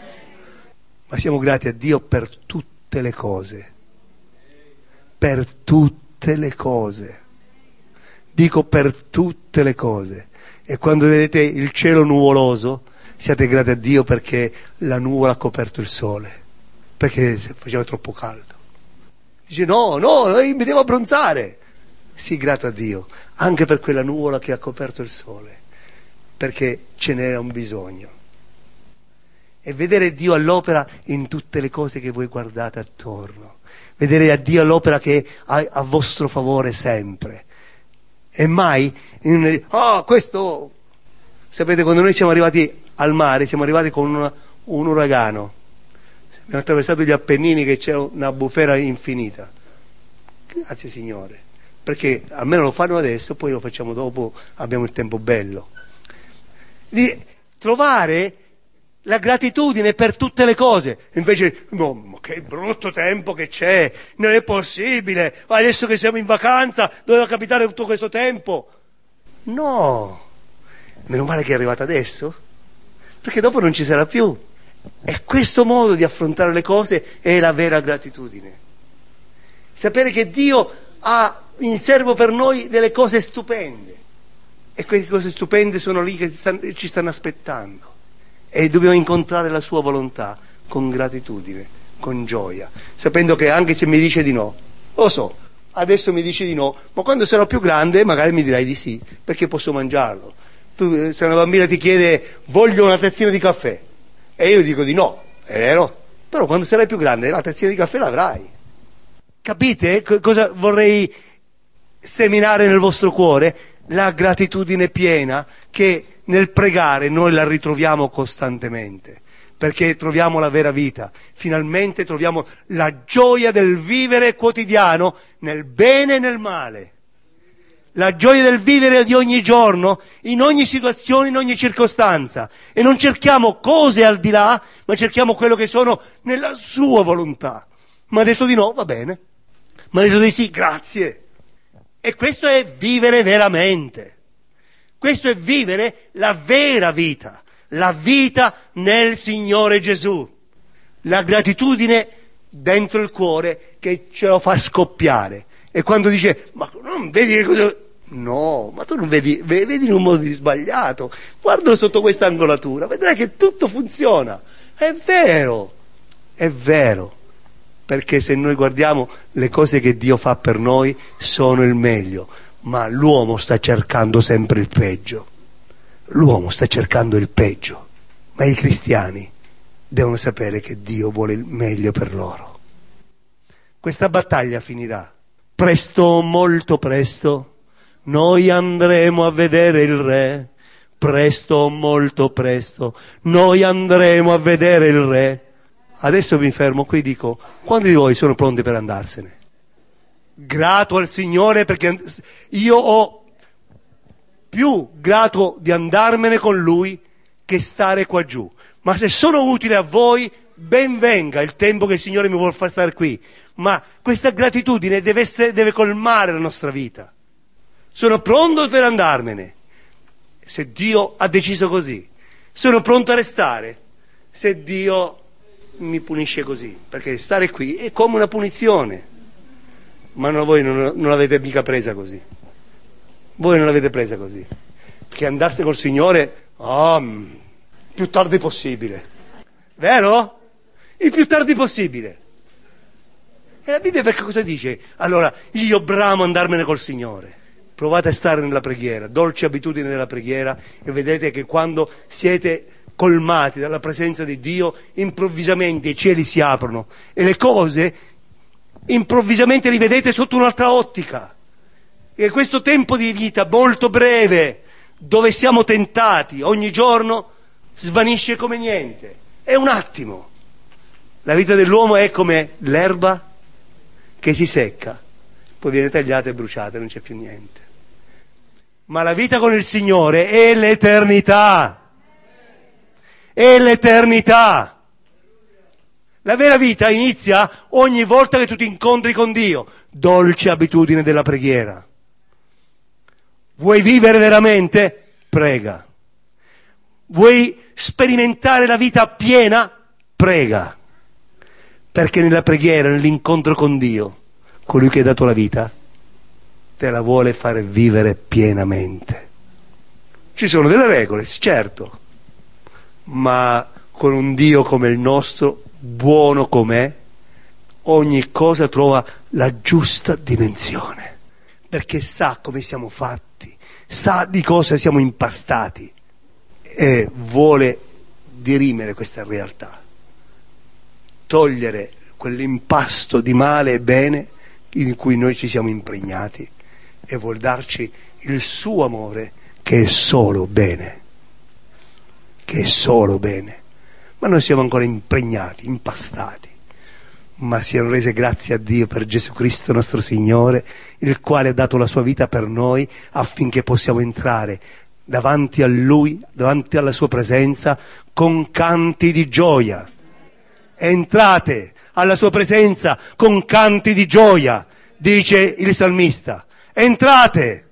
Ma siamo grati a Dio per tutte le cose, per tutte le cose, dico per tutte le cose. E quando vedete il cielo nuvoloso, siate grati a Dio perché la nuvola ha coperto il sole, perché faceva troppo caldo. Dice: no, no, io mi devo abbronzare. Sii grato a Dio anche per quella nuvola che ha coperto il sole, perché ce n'era un bisogno. E vedere Dio all'opera in tutte le cose che voi guardate attorno, vedere a Dio all'opera che è a, a vostro favore sempre, e mai in, oh, questo, sapete, quando noi siamo arrivati al mare, siamo arrivati con una, un uragano, abbiamo attraversato gli Appennini, che c'era una bufera infinita. Grazie Signore, perché almeno lo fanno adesso, poi lo facciamo dopo, abbiamo il tempo bello. Di trovare la gratitudine per tutte le cose, invece oh, che brutto tempo che c'è, non è possibile, adesso che siamo in vacanza doveva capitare tutto questo tempo. No, meno male che è arrivato adesso, perché dopo non ci sarà più. E questo modo di affrontare le cose è la vera gratitudine. Sapere che Dio ha in serbo per noi delle cose stupende, e quelle cose stupende sono lì che ci stanno aspettando, e dobbiamo incontrare la sua volontà con gratitudine, con gioia, sapendo che anche se mi dice di no, lo so, adesso mi dici di no, ma quando sarò più grande magari mi dirai di sì, perché posso mangiarlo. Tu, se una bambina ti chiede: voglio una tazzina di caffè, e io dico di no, è vero, però quando sarai più grande la tazzina di caffè l'avrai. Capite cosa vorrei seminare nel vostro cuore? La gratitudine piena, che nel pregare noi la ritroviamo costantemente, perché troviamo la vera vita, finalmente troviamo la gioia del vivere quotidiano nel bene e nel male, la gioia del vivere di ogni giorno, in ogni situazione, in ogni circostanza, e non cerchiamo cose al di là, ma cerchiamo quello che sono nella sua volontà. Ma ha detto di no, va bene, ma ha detto di sì, grazie. E questo è vivere veramente. Questo è vivere la vera vita, la vita nel Signore Gesù. La gratitudine dentro il cuore che ce lo fa scoppiare. E quando dice: ma non vedi che cosa... No, ma tu non vedi, vedi in un modo sbagliato. Guardalo sotto questa angolatura, vedrai che tutto funziona. È vero, è vero. Perché se noi guardiamo le cose che Dio fa per noi sono il meglio, ma l'uomo sta cercando sempre il peggio. L'uomo sta cercando il peggio, ma i cristiani devono sapere che Dio vuole il meglio per loro. Questa battaglia finirà. Presto, molto presto, noi andremo a vedere il Re. Presto, molto presto, noi andremo a vedere il Re. Adesso mi fermo qui e dico: quanti di voi sono pronti per andarsene? Grato al Signore, perché io ho più grato di andarmene con Lui che stare qua giù. Ma se sono utile a voi, ben venga il tempo che il Signore mi vuole far stare qui. Ma questa gratitudine deve, essere, deve colmare la nostra vita. Sono pronto per andarmene, se Dio ha deciso così. Sono pronto a restare, se Dio mi punisce così, perché stare qui è come una punizione. Ma no, voi non, non l'avete mica presa così. Voi non l'avete presa così, perché andarsene col Signore, oh, più tardi possibile, vero? Il più tardi possibile. E la Bibbia perché cosa dice? Allora, io bramo andarmene col Signore. Provate a stare nella preghiera, dolce abitudine della preghiera, e vedrete che quando siete colmati dalla presenza di Dio, improvvisamente i cieli si aprono e le cose improvvisamente li vedete sotto un'altra ottica. E questo tempo di vita molto breve, dove siamo tentati ogni giorno, svanisce come niente. È un attimo. La vita dell'uomo è come l'erba che si secca, poi viene tagliata e bruciata, non c'è più niente. Ma la vita con il Signore è l'eternità. È l'eternità. La vera vita inizia ogni volta che tu ti incontri con Dio. Dolce abitudine della preghiera. Vuoi vivere veramente? Prega. Vuoi sperimentare la vita piena? Prega. Perché nella preghiera, nell'incontro con Dio, colui che ha dato la vita, te la vuole fare vivere pienamente. Ci sono delle regole, certo, ma con un Dio come il nostro, buono com'è, ogni cosa trova la giusta dimensione, perché sa come siamo fatti, sa di cosa siamo impastati e vuole dirimere questa realtà, togliere quell'impasto di male e bene in cui noi ci siamo impregnati e vuol darci il suo amore che è solo bene, che è solo bene. Ma noi siamo ancora impregnati, impastati, ma siano rese grazie a Dio per Gesù Cristo nostro Signore, il quale ha dato la sua vita per noi affinché possiamo entrare davanti a Lui, davanti alla sua presenza con canti di gioia. Entrate alla sua presenza con canti di gioia, dice il salmista. Entrate!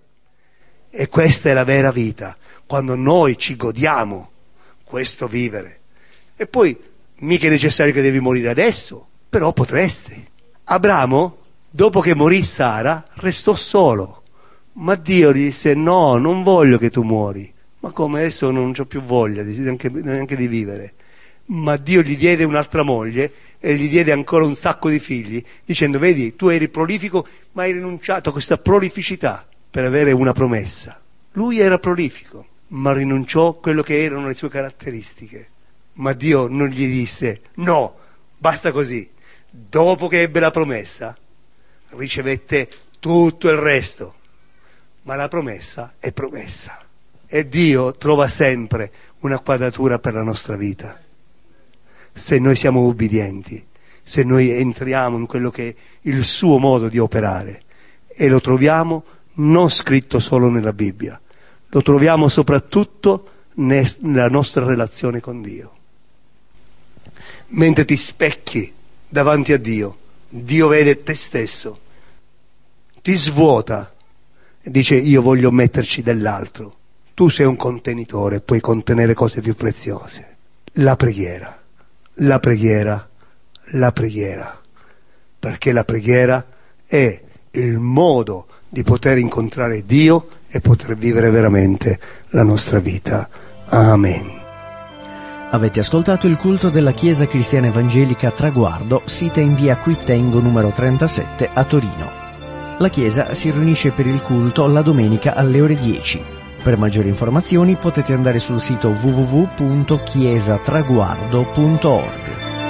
E questa è la vera vita, quando noi ci godiamo questo vivere. E poi mica è necessario che devi morire adesso, però potresti. Abramo, dopo che morì Sara, restò solo, ma Dio gli disse: no, non voglio che tu muori. Ma come, adesso non ho più voglia di, neanche, neanche di vivere. Ma Dio gli diede un'altra moglie e gli diede ancora un sacco di figli, dicendo: vedi, tu eri prolifico, ma hai rinunciato a questa prolificità per avere una promessa. Lui era prolifico, ma rinunciò a quello che erano le sue caratteristiche. Ma Dio non gli disse: no, basta così. Dopo che ebbe la promessa, ricevette tutto il resto. Ma la promessa è promessa. E Dio trova sempre una quadratura per la nostra vita. Se noi siamo ubbidienti, se noi entriamo in quello che è il suo modo di operare, e lo troviamo non scritto solo nella Bibbia, lo troviamo soprattutto nella nostra relazione con Dio. Mentre ti specchi davanti a Dio, Dio vede te stesso, ti svuota e dice: io voglio metterci dell'altro. Tu sei un contenitore, puoi contenere cose più preziose. La preghiera. La preghiera, la preghiera, perché la preghiera è il modo di poter incontrare Dio e poter vivere veramente la nostra vita. Amen. Avete ascoltato il culto della Chiesa Cristiana Evangelica Traguardo, sita in via Quittengo numero trentasette a Torino. La Chiesa si riunisce per il culto la domenica alle ore dieci. Per maggiori informazioni potete andare sul sito w w w punto chiesa traguardo punto org.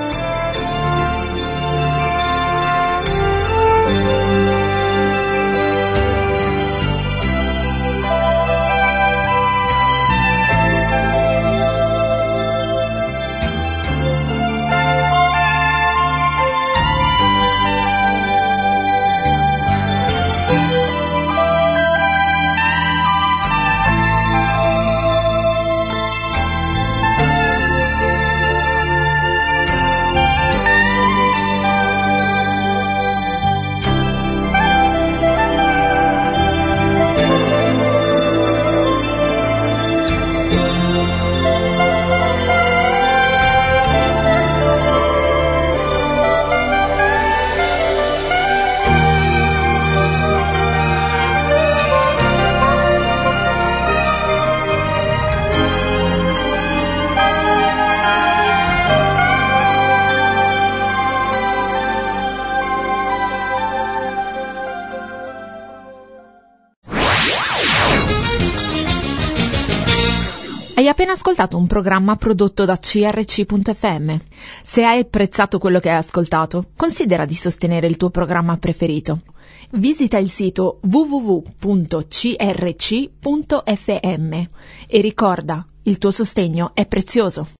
Hai appena ascoltato un programma prodotto da C R C punto F M. Se hai apprezzato quello che hai ascoltato, considera di sostenere il tuo programma preferito. Visita il sito w w w punto c r c punto f m e ricorda, il tuo sostegno è prezioso.